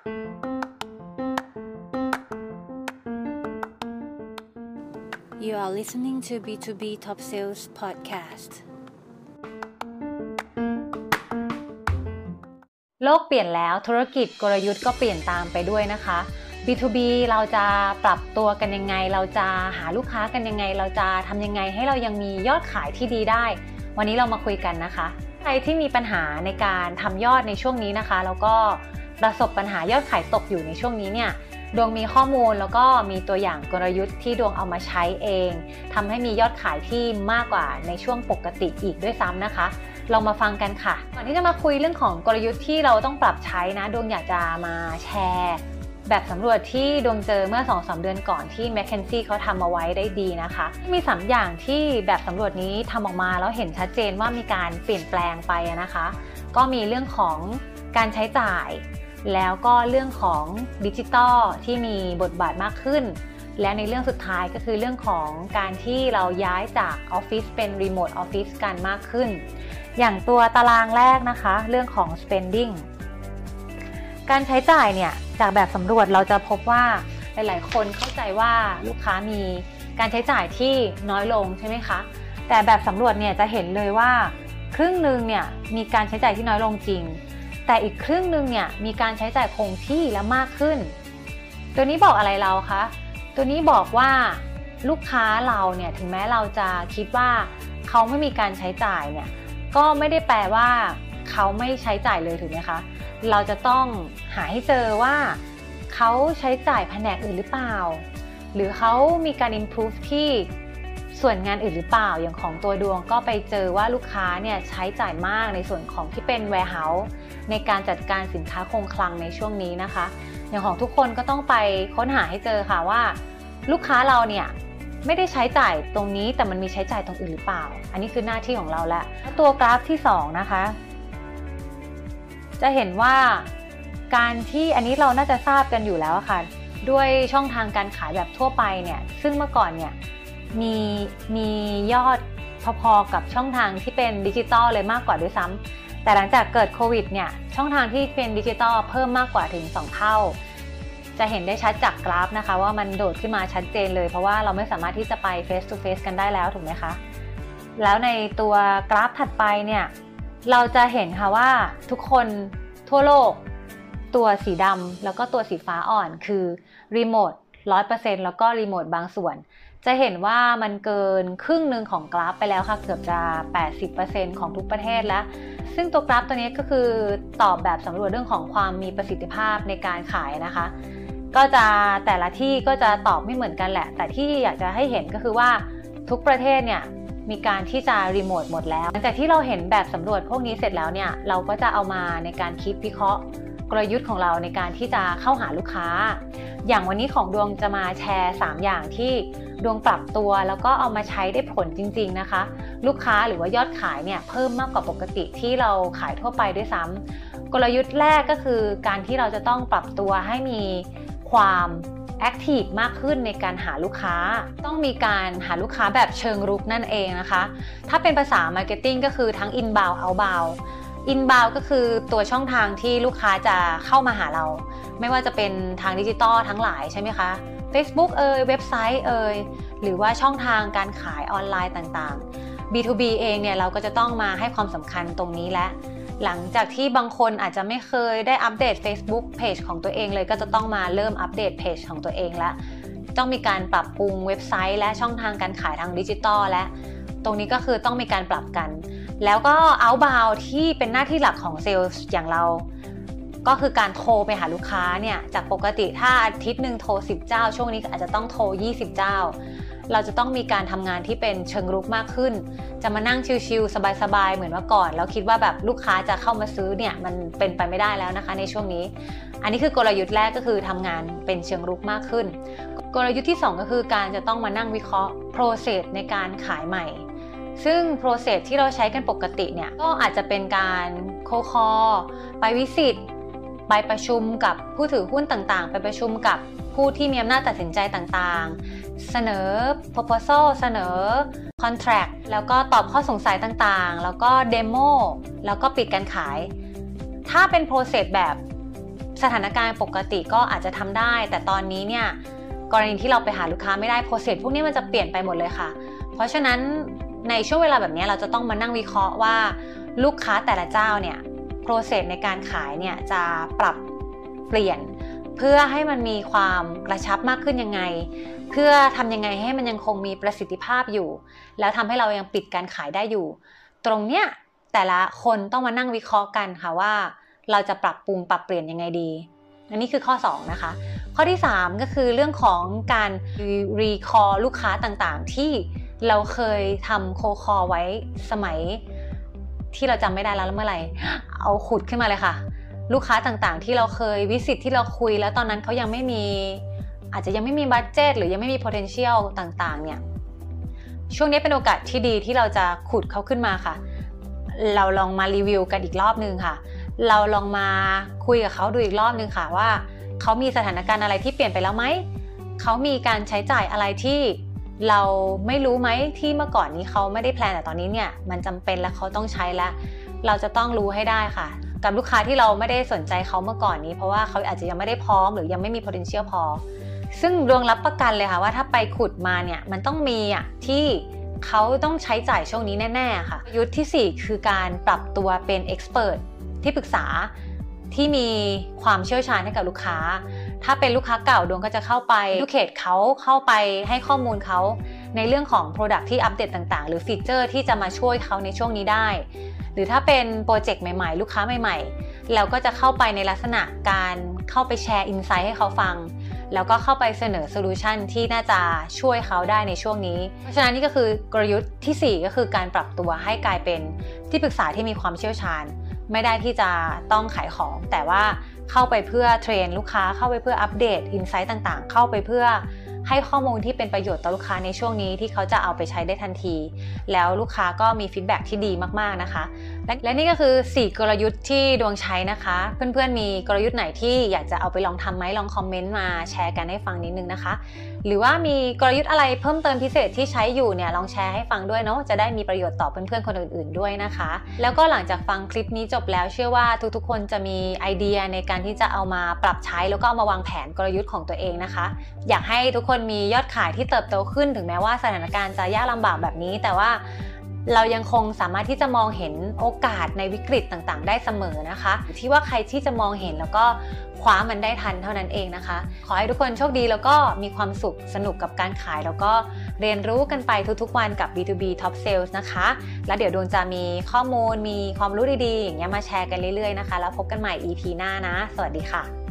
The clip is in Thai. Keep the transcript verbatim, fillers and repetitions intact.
You are listening to บี ทู บี Top Sales Podcast โลกเปลี่ยนแล้วธุรกิจกลยุทธ์ก็เปลี่ยนตามไปด้วยนะคะ บี ทู บี เราจะปรับตัวกันยังไงเราจะหาลูกค้ากันยังไงเราจะทำยังไงให้เรายังมียอดขายที่ดีได้วันนี้เรามาคุยกันนะคะใครที่มีปัญหาในการทำยอดในช่วงนี้นะคะแล้วก็ประสบปัญหายอดขายตกอยู่ในช่วงนี้เนี่ยดวงมีข้อมูลแล้วก็มีตัวอย่างกลยุทธ์ที่ดวงเอามาใช้เองทำให้มียอดขายที่มากกว่าในช่วงปกติอีกด้วยซ้ำนะคะเรามาฟังกันค่ะก่อนที่จะมาคุยเรื่องของกลยุทธ์ที่เราต้องปรับใช้นะดวงอยากจะมาแชร์แบบสำรวจที่ดวงเจอเมื่อ สองถึงสาม เดือนก่อนที่ แมคเคนซี่ เขาทำเอาไว้ได้ดีนะคะมีสามอย่างที่แบบสำรวจนี้ทำออกมาแล้วเห็นชัดเจนว่ามีการเปลี่ยนแปลงไปนะคะก็มีเรื่องของการใช้จ่ายแล้วก็เรื่องของดิจิตอลที่มีบทบาทมากขึ้นและในเรื่องสุดท้ายก็คือเรื่องของการที่เราย้ายจากออฟฟิศเป็นรีโมทออฟฟิศกันมากขึ้นอย่างตัวตารางแรกนะคะเรื่องของ spending การใช้จ่ายเนี่ยจากแบบสำรวจเราจะพบว่าหลายๆคนเข้าใจว่าลูกค้ามีการใช้จ่ายที่น้อยลงใช่ไหมคะแต่แบบสำรวจเนี่ยจะเห็นเลยว่าครึ่งหนึ่งเนี่ยมีการใช้จ่ายที่น้อยลงจริงแต่อีกครึ่งหนึ่งเนี่ยมีการใช้จ่ายคงที่และมากขึ้นตัวนี้บอกอะไรเราคะตัวนี้บอกว่าลูกค้าเราเนี่ยถึงแม้เราจะคิดว่าเขาไม่มีการใช้จ่ายเนี่ยก็ไม่ได้แปลว่าเขาไม่ใช้จ่ายเลยถูกไหมคะเราจะต้องหาให้เจอว่าเขาใช้จ่ายแผนกอื่นหรือเปล่าหรือเขามีการ improve ที่ส่วนงานอื่นหรือเปล่าอย่างของตัวดวงก็ไปเจอว่าลูกค้าเนี่ยใช้จ่ายมากในส่วนของที่เป็น warehouse ในการจัดการสินค้าคงคลังในช่วงนี้นะคะอย่างของทุกคนก็ต้องไปค้นหาให้เจอค่ะว่าลูกค้าเราเนี่ยไม่ได้ใช้จ่ายตรงนี้แต่มันมีใช้จ่ายตรงอื่นหรือเปล่าอันนี้คือหน้าที่ของเราแล้วตัวกราฟที่สองนะคะจะเห็นว่าการที่อันนี้เราน่าจะทราบกันอยู่แล้วค่ะด้วยช่องทางการขายแบบทั่วไปเนี่ยซึ่งเมื่อก่อนเนี่ยมีมียอดพอๆกับช่องทางที่เป็นดิจิตอลเลยมากกว่าด้วยซ้ำแต่หลังจากเกิดโควิดเนี่ยช่องทางที่เป็นดิจิตอลเพิ่มมากกว่าถึงสองเท่าจะเห็นได้ชัดจากกราฟนะคะว่ามันโดดขึ้นมาชัดเจนเลยเพราะว่าเราไม่สามารถที่จะไป face to face กันได้แล้วถูกไหมคะแล้วในตัวกราฟถัดไปเนี่ยเราจะเห็นค่ะว่าทุกคนทั่วโลกตัวสีดำแล้วก็ตัวสีฟ้าอ่อนคือรีโมท หนึ่งร้อยเปอร์เซ็นต์ แล้วก็รีโมทบางส่วนจะเห็นว่ามันเกินครึ่งหนึ่งของกราฟไปแล้วค่ะเกือบจะ แปดสิบเปอร์เซ็นต์ ของทุกประเทศแล้วซึ่งตัวกราฟตัวนี้ก็คือตอบแบบสำรวจเรื่องของความมีประสิทธิภาพในการขายนะคะก็จะแต่ละที่ก็จะตอบไม่เหมือนกันแหละแต่ที่อยากจะให้เห็นก็คือว่าทุกประเทศเนี่ยมีการที่จะรีโมทหมดแล้วหลังจากที่เราเห็นแบบสำรวจพวกนี้เสร็จแล้วเนี่ยเราก็จะเอามาในการคิดวิเคราะห์กลยุทธ์ของเราในการที่จะเข้าหาลูกค้าอย่างวันนี้ของดวงจะมาแชร์สามอย่างที่ดวงปรับตัวแล้วก็เอามาใช้ได้ผลจริงๆนะคะลูกค้าหรือว่ายอดขายเนี่ยเพิ่มมากกว่าปกติที่เราขายทั่วไปด้วยซ้ำกลยุทธ์แรกก็คือการที่เราจะต้องปรับตัวให้มีความแอคทีฟมากขึ้นในการหาลูกค้าต้องมีการหาลูกค้าแบบเชิงรุกนั่นเองนะคะถ้าเป็นภาษา Marketing ก็คือทั้ง Inbound Outbound Inbound ก็คือตัวช่องทางที่ลูกค้าจะเข้ามาหาเราไม่ว่าจะเป็นทางดิจิตอลทั้งหลายใช่ไหมคะ Facebook เอ่ยเว็บไซต์เอ่ยหรือว่าช่องทางการขายออนไลน์ต่างๆ บี ทู บี เองเนี่ยเราก็จะต้องมาให้ความสำคัญตรงนี้และหลังจากที่บางคนอาจจะไม่เคยได้อัปเดต Facebook Page ของตัวเองเลยก็จะต้องมาเริ่มอัปเดตเพจของตัวเองแล้วต้องมีการปรับปรุงเว็บไซต์และช่องทางการขายทางดิจิตอลและตรงนี้ก็คือต้องมีการปรับกันแล้วก็ outbound ที่เป็นหน้าที่หลักของเซลล์อย่างเราก็คือการโทรไปหาลูกค้าเนี่ยจากปกติถ้าอาทิตย์หนึ่งโทรสิบเจ้าช่วงนี้อาจจะต้องโทรยี่สิบเจ้าเราจะต้องมีการทำงานที่เป็นเชิงรุกมากขึ้นจะมานั่งชิลๆสบายๆเหมือนเมื่อก่อนแล้วคิดว่าแบบลูกค้าจะเข้ามาซื้อเนี่ยมันเป็นไปไม่ได้แล้วนะคะในช่วงนี้อันนี้คือกลยุทธ์แรกก็คือทำงานเป็นเชิงรุกมากขึ้นกลยุทธ์ที่สองก็คือการจะต้องมานั่งวิเคราะห์ process ในการขายใหม่ซึ่ง process ที่เราใช้กันปกติเนี่ยก็อาจจะเป็นการ cold call ไปวิสิตไปประชุมกับผู้ถือหุ้นต่างๆไปประชุมกับผู้ที่มีอำนาจตัดสินใจต่างๆเสนอ proposal เสนอ contract แล้วก็ตอบข้อสงสัยต่างๆแล้วก็ demo แล้วก็ปิดการขายถ้าเป็น process แบบสถานการณ์ปกติก็อาจจะทำได้แต่ตอนนี้เนี่ยกรณีที่เราไปหาลูกค้าไม่ได้โปรเซสพวกนี้มันจะเปลี่ยนไปหมดเลยค่ะเพราะฉะนั้นในช่วงเวลาแบบนี้เราจะต้องมานั่งวิเคราะห์ว่าลูกค้าแต่ละเจ้าเนี่ยโปรเซสในการขายเนี่ยจะปรับเปลี่ยนเพื่อให้มันมีความกระชับมากขึ้นยังไงเพื่อทำยังไงให้มันยังคงมีประสิทธิภาพอยู่แล้วทำให้เรายังปิดการขายได้อยู่ตรงเนี้ยแต่ละคนต้องมานั่งวิเคราะห์กันค่ะว่าเราจะปรับปรุงปรับเปลี่ยนยังไงดีอันนี้คือข้อสองนะคะข้อที่สามก็คือเรื่องของการรีคอร์ลูกค้าต่างๆที่เราเคยทำโคคอไว้สมัยที่เราจำไม่ได้แล้วเมื่อไหร่เอาขุดขึ้นมาเลยค่ะลูกค้าต่างๆที่เราเคยวิสิตที่เราคุยแล้วตอนนั้นเขายังไม่มีอาจจะยังไม่มีบัดเจ็ตหรือยังไม่มี potential ต่างๆเนี่ยช่วงนี้เป็นโอกาสที่ดีที่เราจะขุดเขาขึ้นมาค่ะเราลองมารีวิวกันอีกรอบนึงค่ะเราลองมาคุยกับเขาดูอีกรอบนึงค่ะว่าเขามีสถานการณ์อะไรที่เปลี่ยนไปแล้วไหมเขามีการใช้จ่ายอะไรที่เราไม่รู้ไหมที่เมื่อก่อนนี้เขาไม่ได้แพลนแต่ตอนนี้เนี่ยมันจำเป็นและเขาต้องใช้แล้วเราจะต้องรู้ให้ได้ค่ะกับลูกค้าที่เราไม่ได้สนใจเขาเมื่อก่อนนี้เพราะว่าเขาอาจจะยังไม่ได้พร้อมหรือยังไม่มี potential พอซึ่งดวงรับประกันเลยค่ะว่าถ้าไปขุดมาเนี่ยมันต้องมีอ่ะที่เขาต้องใช้จ่ายช่วงนี้แน่ๆค่ะยุทธที่สี่คือการปรับตัวเป็น expert ที่ปรึกษาที่มีความเชี่ยวชาญให้กับลูกค้าถ้าเป็นลูกค้าเก่าดวงก็จะเข้าไปดูเคสเขาเข้าไปให้ข้อมูลเขาในเรื่องของ Product ที่อัปเดตต่างๆหรือฟีเจอร์ที่จะมาช่วยเขาในช่วงนี้ได้หรือถ้าเป็นโปรเจกต์ใหม่ๆลูกค้าใหม่ๆเราก็จะเข้าไปในลักษณะการเข้าไปแชร์อินไซต์ให้เขาฟังแล้วก็เข้าไปเสนอโซลูชันที่น่าจะช่วยเขาได้ในช่วงนี้เพราะฉะนั้นนี่ก็คือกลยุทธ์ที่สี่ก็คือการปรับตัวให้กลายเป็นที่ปรึกษาที่มีความเชี่ยวชาญไม่ได้ที่จะต้องขายของแต่ว่าเข้าไปเพื่อเทรนลูกค้าเข้าไปเพื่ออัปเดตอินไซต์ต่างๆเข้าไปเพื่อให้ข้อมูลที่เป็นประโยชน์ต่อลูกค้าในช่วงนี้ที่เขาจะเอาไปใช้ได้ทันทีแล้วลูกค้าก็มีฟีดแบ็กที่ดีมากๆนะคะและและนี่ก็คือสี่กลยุทธ์ที่ดวงใช้นะคะเพื่อนๆมีกลยุทธ์ไหนที่อยากจะเอาไปลองทำไหมลองคอมเมนต์มาแชร์กันให้ฟังนิดนึงนะคะหรือว่ามีกลยุทธ์อะไรเพิ่มเติมพิเศษที่ใช้อยู่เนี่ยลองแชร์ให้ฟังด้วยเนาะจะได้มีประโยชน์ต่อเพื่อนๆคนอื่นๆด้วยนะคะแล้วก็หลังจากฟังคลิปนี้จบแล้วเชื่อว่าทุกๆคนจะมีไอเดียในการที่จะเอามาปรับใช้แล้วก็เอามาวางแผนกลยุทธ์ของตัวเองนะคะอยากให้ทุกคนมียอดขายที่เติบโตขึ้นถึงแม้ว่าสถานการณ์จะยากลำบากแบบนี้แต่ว่าเรายังคงสามารถที่จะมองเห็นโอกาสในวิกฤตต่างๆได้เสมอนะคะที่ว่าใครที่จะมองเห็นแล้วก็คว้ามันได้ทันเท่านั้นเองนะคะขอให้ทุกคนโชคดีแล้วก็มีความสุขสนุกกับการขายแล้วก็เรียนรู้กันไปทุกๆวันกับ บี ทู บี Top Sales นะคะแล้วเดี๋ยวดวงจะมีข้อมูลมีความรู้ดีๆอย่างเงี้ยมาแชร์กันเรื่อยๆนะคะแล้วพบกันใหม่ อี พี หน้านะสวัสดีค่ะ